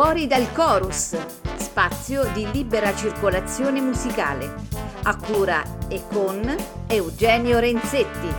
Fuori dal Chorus, spazio di libera circolazione musicale, a cura e con Eugenio Renzetti.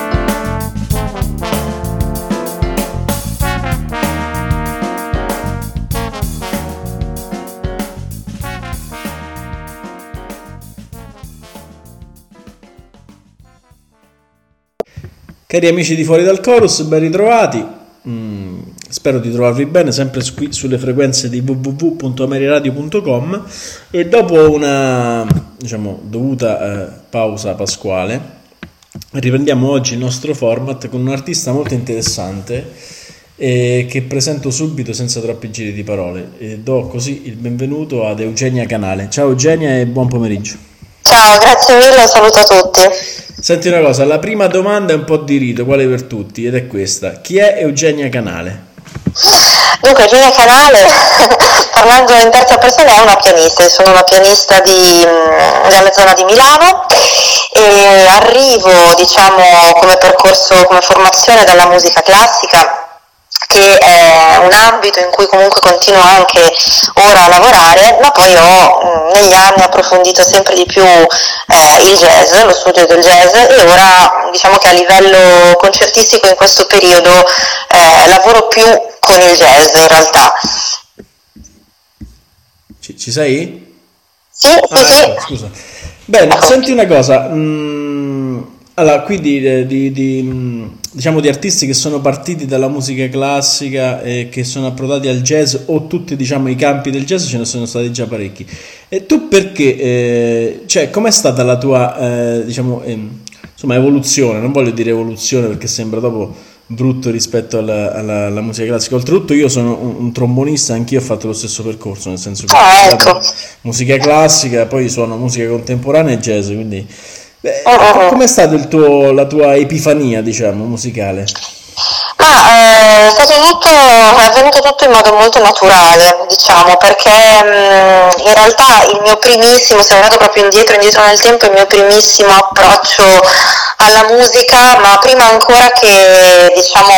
Cari amici di Fuori dal Chorus, ben ritrovati. Spero di trovarvi bene, sempre qui sulle frequenze di www.ameriradio.com. E dopo una dovuta pausa pasquale, riprendiamo oggi il nostro format con un artista molto interessante che presento subito senza troppi giri di parole, e do così il benvenuto ad Eugenia Canale. Ciao Eugenia e buon pomeriggio. Ciao, grazie mille, un saluto a tutti. Senti una cosa, la prima domanda è un po' di rito, quale per tutti, ed è questa: chi è Eugenia Canale? Dunque, Eugenia Canale, parlando in terza persona, è una pianista. Io sono una pianista della zona di Milano e arrivo, come percorso, come formazione dalla musica classica, che è un ambito in cui comunque continuo anche ora a lavorare, ma poi ho negli anni approfondito sempre di più il jazz, lo studio del jazz, e ora diciamo che a livello concertistico in questo periodo lavoro più con il jazz in realtà. Ci sei? Sì, sì. Scusa. Bene, senti una cosa, allora, qui di artisti che sono partiti dalla musica classica e che sono approdati al jazz, o tutti i campi del jazz, ce ne sono stati già parecchi. E tu perché, com'è stata la tua evoluzione? Non voglio dire evoluzione perché sembra dopo brutto rispetto alla musica classica. Oltretutto io sono un trombonista, anch'io ho fatto lo stesso percorso, nel senso che ecco. Musica classica, poi suono musica contemporanea e jazz, quindi com'è stata la tua epifania, musicale? È avvenuto tutto in modo molto naturale, perché in realtà il mio primissimo, se vado proprio indietro nel tempo, il mio primissimo approccio alla musica, ma prima ancora che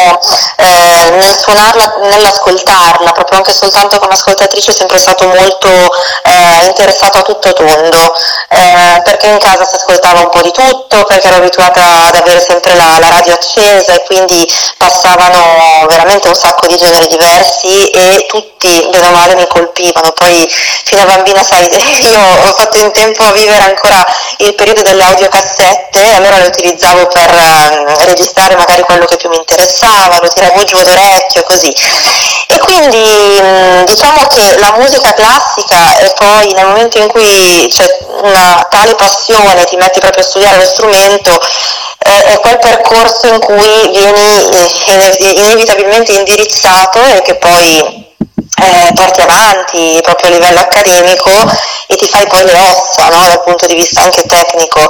nel suonarla, nell'ascoltarla, proprio anche soltanto come ascoltatrice, è sempre stato molto interessato a tutto tondo, perché in casa si ascoltava un po' di tutto, perché ero abituata ad avere sempre la radio accesa e quindi passavano veramente un sacco di generi diversi e tutti bene o male mi colpivano. Poi fino a bambina, io ho fatto in tempo a vivere ancora il periodo delle audiocassette, allora le utilizzavo per registrare magari quello che più mi interessava, lo tiravo giù d'orecchio così. E quindi diciamo che la musica classica, e poi nel momento in cui c'è una tale passione, ti metti proprio a studiare lo strumento, è quel percorso in cui vieni inevitabilmente indirizzato e che poi porti avanti proprio a livello accademico e ti fai poi le ossa, no? Dal punto di vista anche tecnico,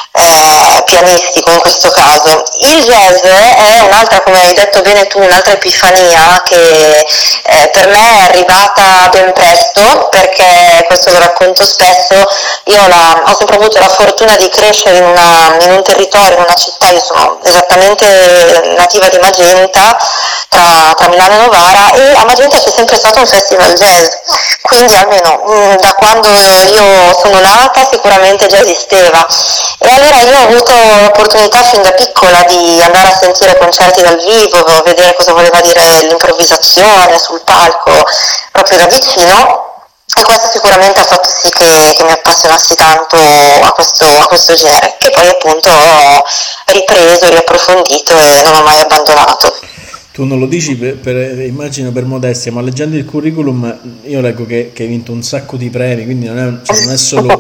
pianistico in questo caso. Il jazz è un'altra, come hai detto bene tu, un'altra epifania che per me è arrivata ben presto, perché questo lo racconto spesso. Io ho sempre avuto la fortuna di crescere in un territorio, in una città. Io sono esattamente nativa di Magenta, tra Milano e Novara, e a Magenta c'è sempre stato un festival jazz, quindi almeno da quando io sono nata sicuramente già esisteva. E allora io ho avuto l'opportunità fin da piccola di andare a sentire concerti dal vivo, vedere cosa voleva dire l'improvvisazione sul palco proprio da vicino, e questo sicuramente ha fatto sì che mi appassionassi tanto a questo genere, che poi appunto ho ripreso, riapprofondito e non ho mai abbandonato. Tu non lo dici immagino per modestia, ma leggendo il curriculum io leggo che hai vinto un sacco di premi, quindi non è solo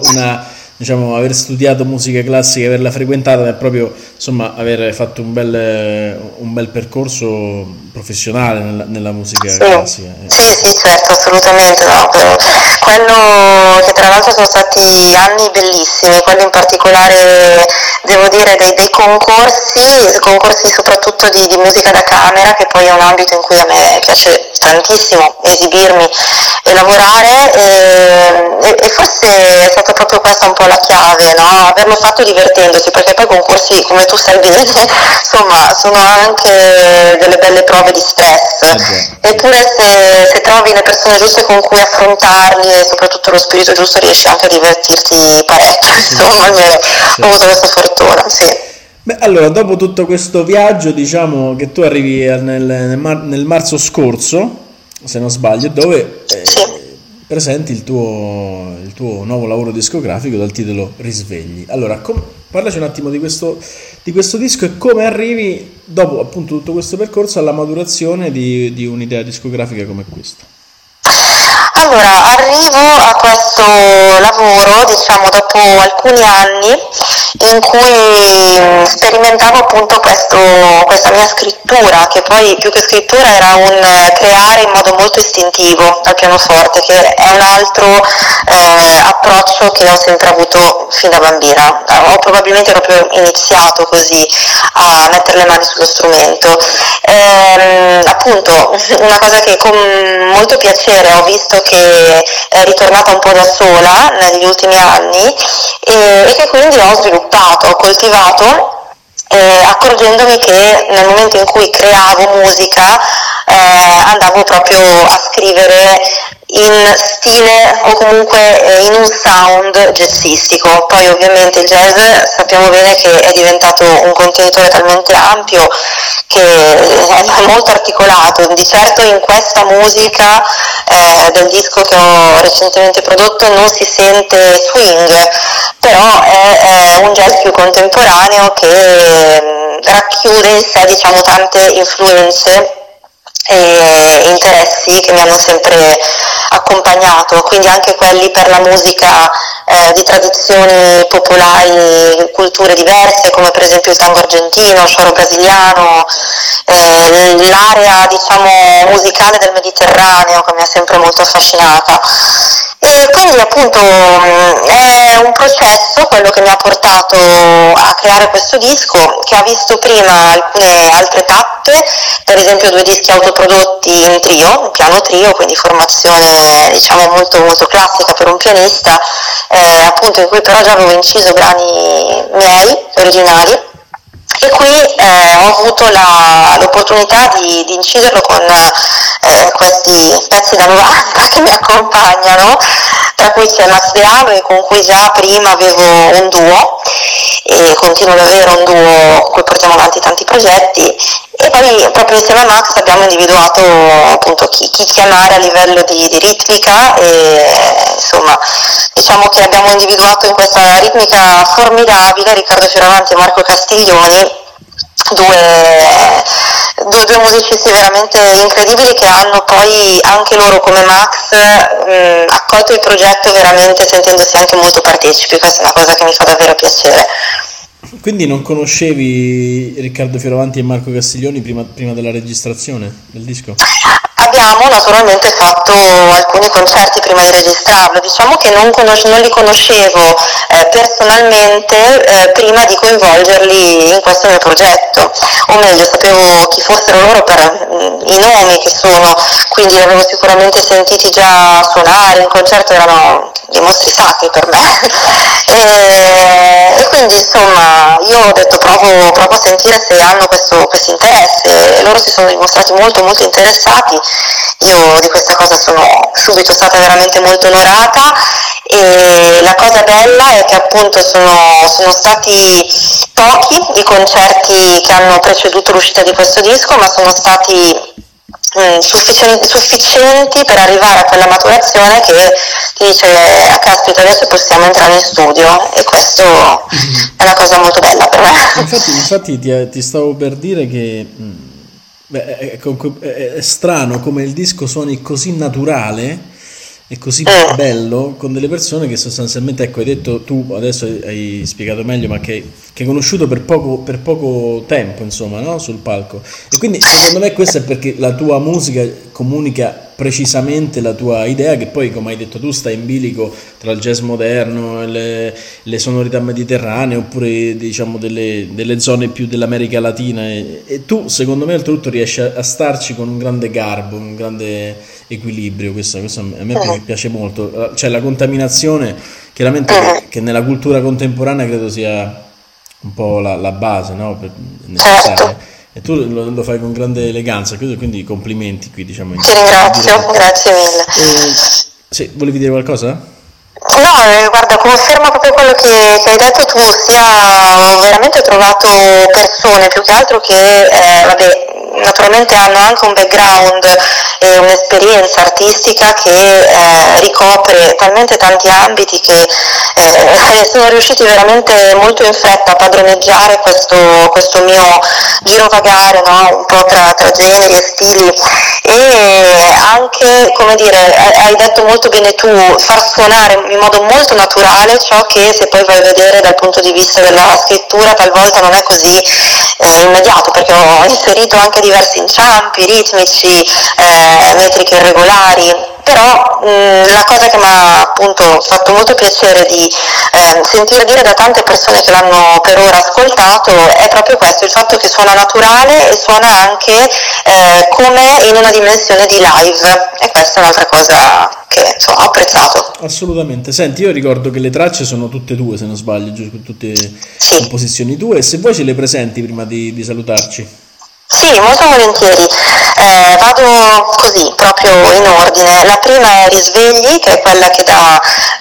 aver studiato musica classica e averla frequentata, è proprio aver fatto un bel percorso professionale nella musica classica. Sì, certo, assolutamente, no. Quello che tra l'altro sono stati anni bellissimi, quelli in particolare devo dire dei concorsi soprattutto di musica da camera, che poi è un ambito in cui a me piace tantissimo esibirmi e lavorare, e forse è stata proprio questa un po' la chiave, no? Averlo fatto divertendosi, perché poi i concorsi, come tu sai bene, insomma, sono anche delle belle prove di stress, eppure se trovi le persone giuste con cui affrontarli e soprattutto lo spirito giusto, riesci anche a divertirti parecchio, insomma, almeno ho avuto questa fortuna, sì. Beh, allora, dopo tutto questo viaggio, diciamo che tu arrivi nel marzo scorso, se non sbaglio, dove presenti il tuo nuovo lavoro discografico dal titolo Risvegli. Allora, parlaci un attimo di questo disco e come arrivi, dopo appunto tutto questo percorso, alla maturazione di un'idea discografica come questa. Allora, arrivo a questo lavoro, diciamo, dopo alcuni anni in cui sperimentavo appunto questa mia scrittura, che poi più che scrittura era un creare in modo molto istintivo al pianoforte, che è un altro approccio che ho sempre avuto fin da bambina. Ho probabilmente proprio iniziato così a mettere le mani sullo strumento. Appunto, una cosa che con molto piacere ho visto che è ritornata un po' da sola negli ultimi anni, e che quindi ho sviluppato, ho coltivato, accorgendomi che nel momento in cui creavo musica andavo proprio a scrivere in stile o comunque in un sound jazzistico. Poi ovviamente il jazz sappiamo bene che è diventato un contenitore talmente ampio che è molto articolato. Di certo in questa musica del disco che ho recentemente prodotto non si sente swing, però è un jazz più contemporaneo che racchiude in sé, diciamo, tante influenze e interessi che mi hanno sempre accompagnato, quindi anche quelli per la musica di tradizioni popolari, culture diverse, come per esempio il tango argentino, il choro brasiliano, l'area, diciamo, musicale del Mediterraneo, che mi ha sempre molto affascinata. E quindi appunto è un processo quello che mi ha portato a creare questo disco, che ha visto prima alcune altre tappe, per esempio 2 dischi autoprodotti in trio, un piano trio, quindi formazione, diciamo, molto molto classica per un pianista, appunto, in cui però già avevo inciso brani miei originali. E qui ho avuto l'opportunità di inciderlo con questi pezzi da 90 che mi accompagnano, tra cui c'è Max De Alo, con cui già prima avevo un duo e continuo ad avere un duo con cui portiamo avanti tanti progetti, e poi proprio insieme a Max abbiamo individuato appunto chi chiamare a livello di ritmica, e insomma diciamo che abbiamo individuato in questa ritmica formidabile Riccardo Fioravanti e Marco Castiglioni, due musicisti veramente incredibili, che hanno poi anche loro, come Max, accolto il progetto veramente sentendosi anche molto partecipi. Questa è una cosa che mi fa davvero piacere. Quindi non conoscevi Riccardo Fioravanti e Marco Castiglioni prima della registrazione del disco? Abbiamo naturalmente fatto alcuni concerti prima di registrarlo, diciamo che non li conoscevo personalmente prima di coinvolgerli in questo mio progetto, o meglio sapevo chi fossero loro per i nomi che sono, quindi li avevo sicuramente sentiti già suonare in concerto, erano dei mostri sacri per me e quindi insomma io ho detto provo a sentire se hanno questo interesse, e loro si sono dimostrati molto molto interessati. Io di questa cosa sono subito stata veramente molto onorata, e la cosa bella è che appunto sono stati pochi i concerti che hanno preceduto l'uscita di questo disco, ma sono stati sufficienti per arrivare a quella maturazione che ti dice caspita, adesso possiamo entrare in studio, e questo è una cosa molto bella per me. Infatti ti stavo per dire che è strano come il disco suoni così naturale e così bello con delle persone che sostanzialmente, ecco, hai detto tu adesso, hai spiegato meglio, ma che hai conosciuto per poco tempo, insomma, no? Sul palco. E quindi secondo me questo è perché la tua musica comunica precisamente la tua idea, che poi, come hai detto tu, sta in bilico tra il jazz moderno, le sonorità mediterranee, oppure diciamo delle zone più dell'America Latina, e tu, secondo me, oltretutto riesci a starci con un grande garbo, un grande equilibrio. Questo a me piace molto, cioè la contaminazione, chiaramente, che nella cultura contemporanea credo sia un po' la base, no? Necessaria. E tu lo fai con grande eleganza, quindi complimenti qui, diciamo. Ti ringrazio, grazie mille. Sì, volevi dire qualcosa? No, guarda, confermo proprio quello che hai detto tu, sia veramente ho trovato persone più che altro che, vabbè, naturalmente hanno anche un background e un'esperienza artistica che ricopre talmente tanti ambiti che sono riusciti veramente molto in fretta a padroneggiare questo mio girovagare, no? Un po' tra generi e stili, e anche, come dire, hai detto molto bene tu, far suonare in modo molto naturale ciò che, se poi vai a vedere dal punto di vista della scrittura, talvolta non è così immediato, perché ho inserito anche diversi inciampi ritmici, metriche irregolari. Però la cosa che mi ha appunto fatto molto piacere di sentire dire da tante persone che l'hanno per ora ascoltato è proprio questo, il fatto che suona naturale e suona anche come in una dimensione di live, e questa è un'altra cosa che insomma, ho apprezzato. Assolutamente. Senti, io ricordo che le tracce sono tutte tue, se non sbaglio, tutte composizioni tue, e se vuoi ce le presenti prima di salutarci. Sì, molto volentieri. Vado così, proprio in ordine. La prima è Risvegli, che è quella che dà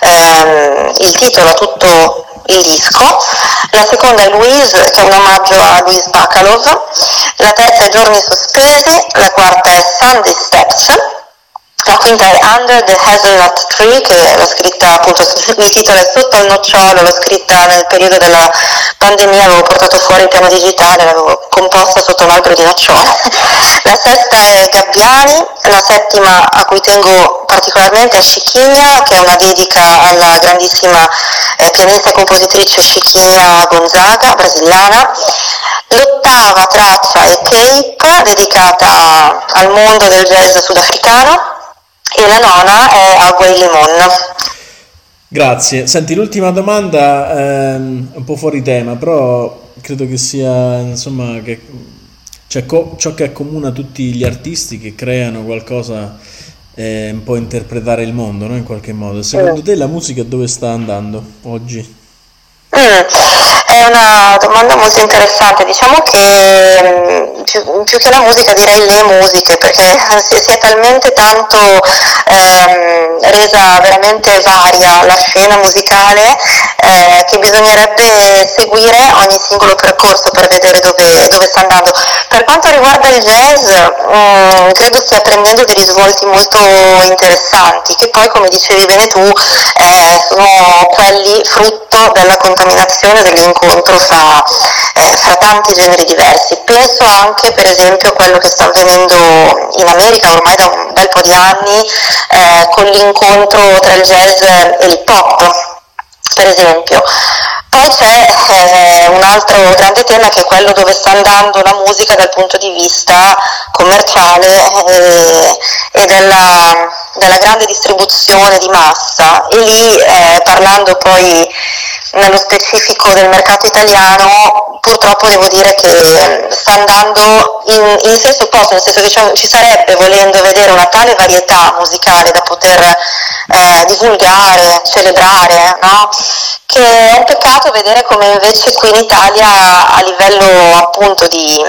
il titolo a tutto il disco. La seconda è Louise, che è un omaggio a Louise Bacalov. La terza è Giorni sospesi. La quarta è Sunday Steps. La quinta è Under the Hazelnut Tree, che l'ho scritta appunto, il titolo è Sotto al nocciolo, l'ho scritta nel periodo della pandemia, avevo portato fuori il piano digitale, l'avevo composta sotto un albero di nocciole. La sesta è Gabbiani, la settima, a cui tengo particolarmente, è Chiquinha, che è una dedica alla grandissima pianista e compositrice Chiquinha Gonzaga, brasiliana. L'ottava traccia è Cape, dedicata al mondo del jazz sudafricano. E la nona è Agua e Limon. Grazie. Senti, l'ultima domanda è un po' fuori tema, però credo che sia, insomma, che cioè, ciò che accomuna tutti gli artisti che creano qualcosa è un po' interpretare il mondo, no? In qualche modo. Secondo te la musica dove sta andando oggi? È una domanda molto interessante, diciamo che più che la musica direi le musiche, perché si è talmente tanto resa veramente varia la scena musicale che bisognerebbe seguire ogni singolo percorso per vedere dove sta andando. Per quanto riguarda il jazz, credo stia prendendo dei risvolti molto interessanti, che poi, come dicevi bene tu, sono quelli frutto della contaminazione, dell'incontro fra tanti generi diversi. Penso anche, per esempio, a quello che sta avvenendo in America ormai da un bel po' di anni, con l'incontro tra il jazz e il pop, per esempio. Poi c'è un altro grande tema, che è quello dove sta andando la musica dal punto di vista commerciale e della grande distribuzione di massa, e lì parlando poi nello specifico del mercato italiano, purtroppo devo dire che sta andando in senso opposto, nel senso che ci sarebbe, volendo vedere una tale varietà musicale da poter divulgare, celebrare, no? Che è un peccato vedere come invece qui in Italia, a livello appunto di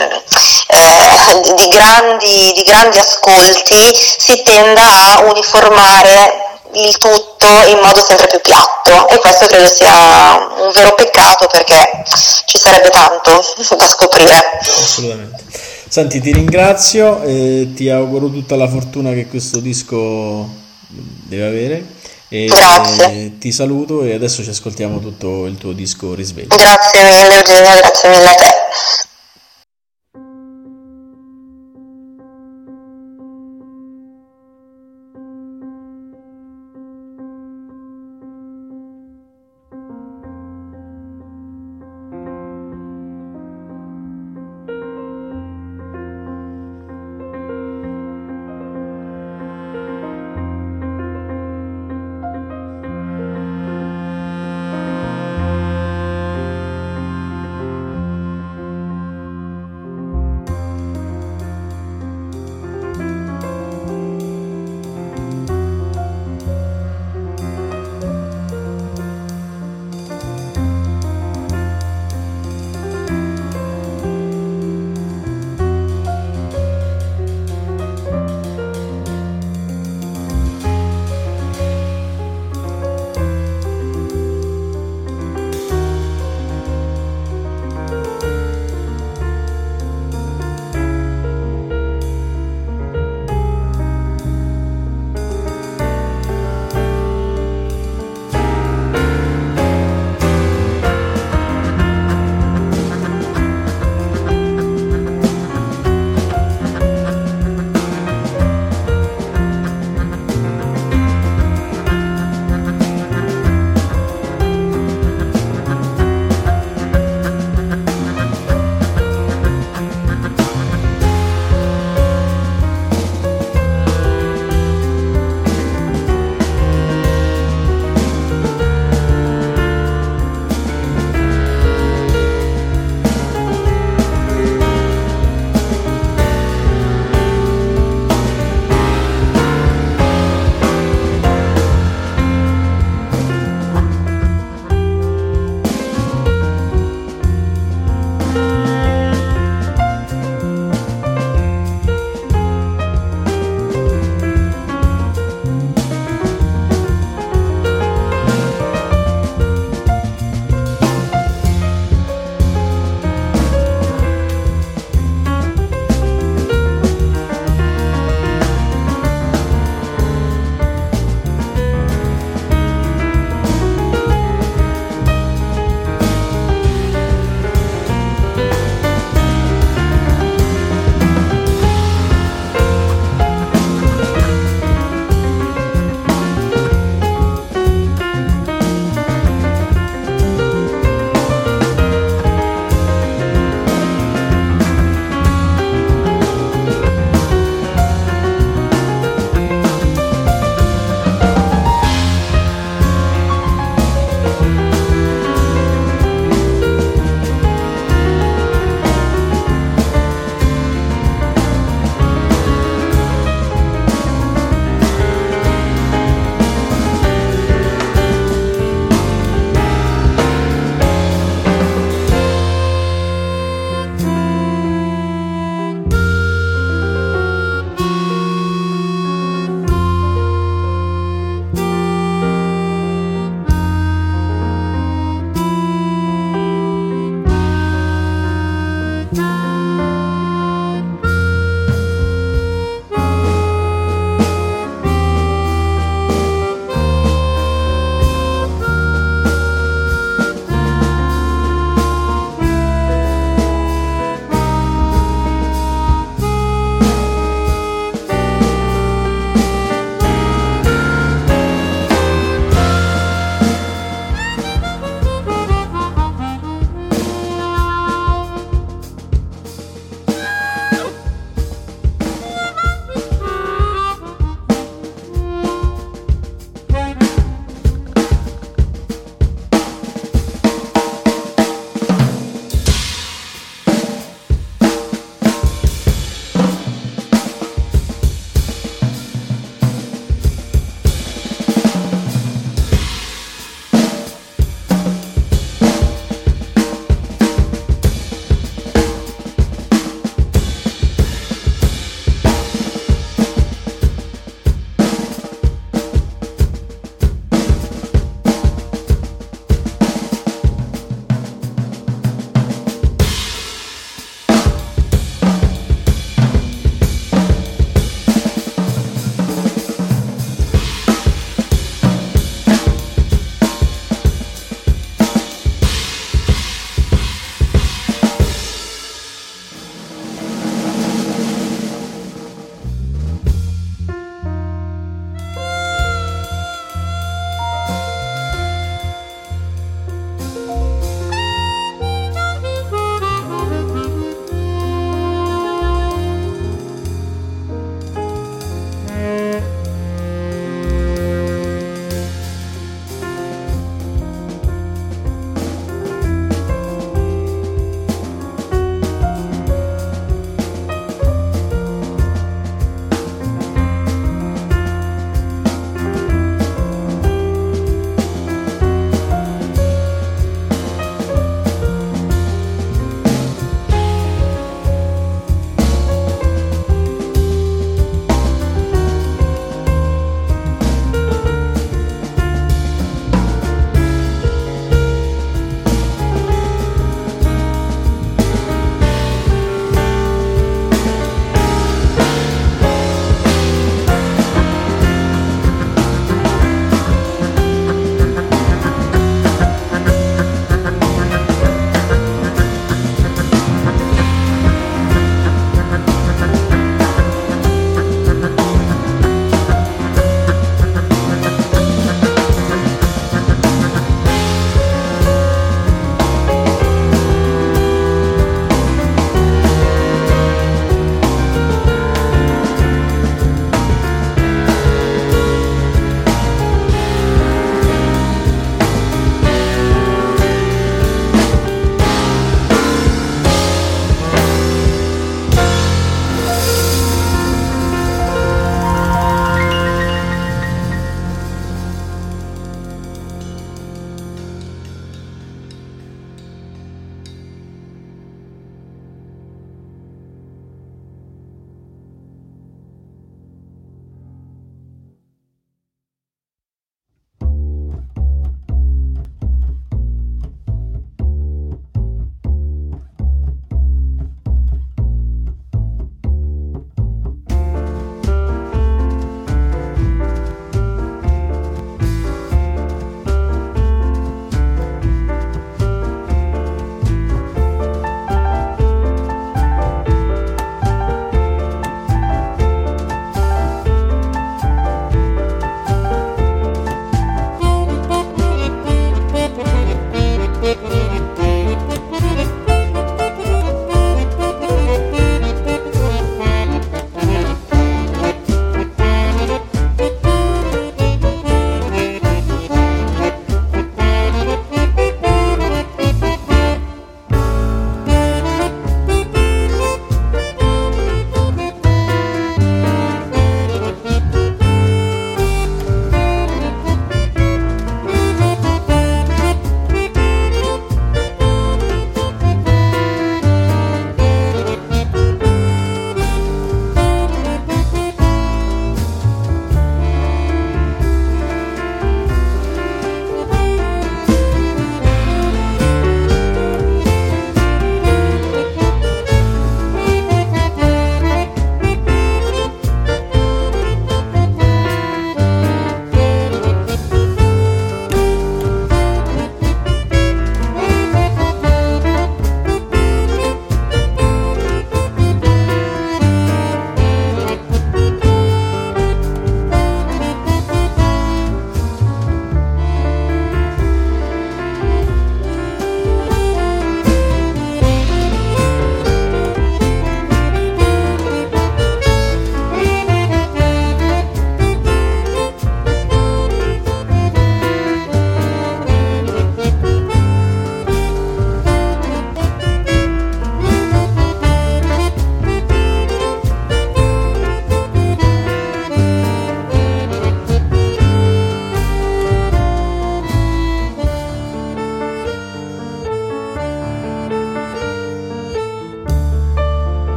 grandi ascolti, si tenda a uniformare il tutto in modo sempre più piatto, e questo credo sia un vero peccato, perché ci sarebbe tanto da scoprire. Assolutamente. Senti, ti ringrazio e ti auguro tutta la fortuna che questo disco deve avere. Grazie. Ti saluto e adesso ci ascoltiamo tutto il tuo disco Risveglio. Grazie mille Eugenio, grazie mille a te.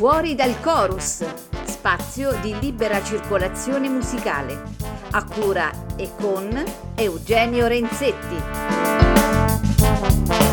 Fuori dal chorus, spazio di libera circolazione musicale, a cura e con Eugenio Renzetti.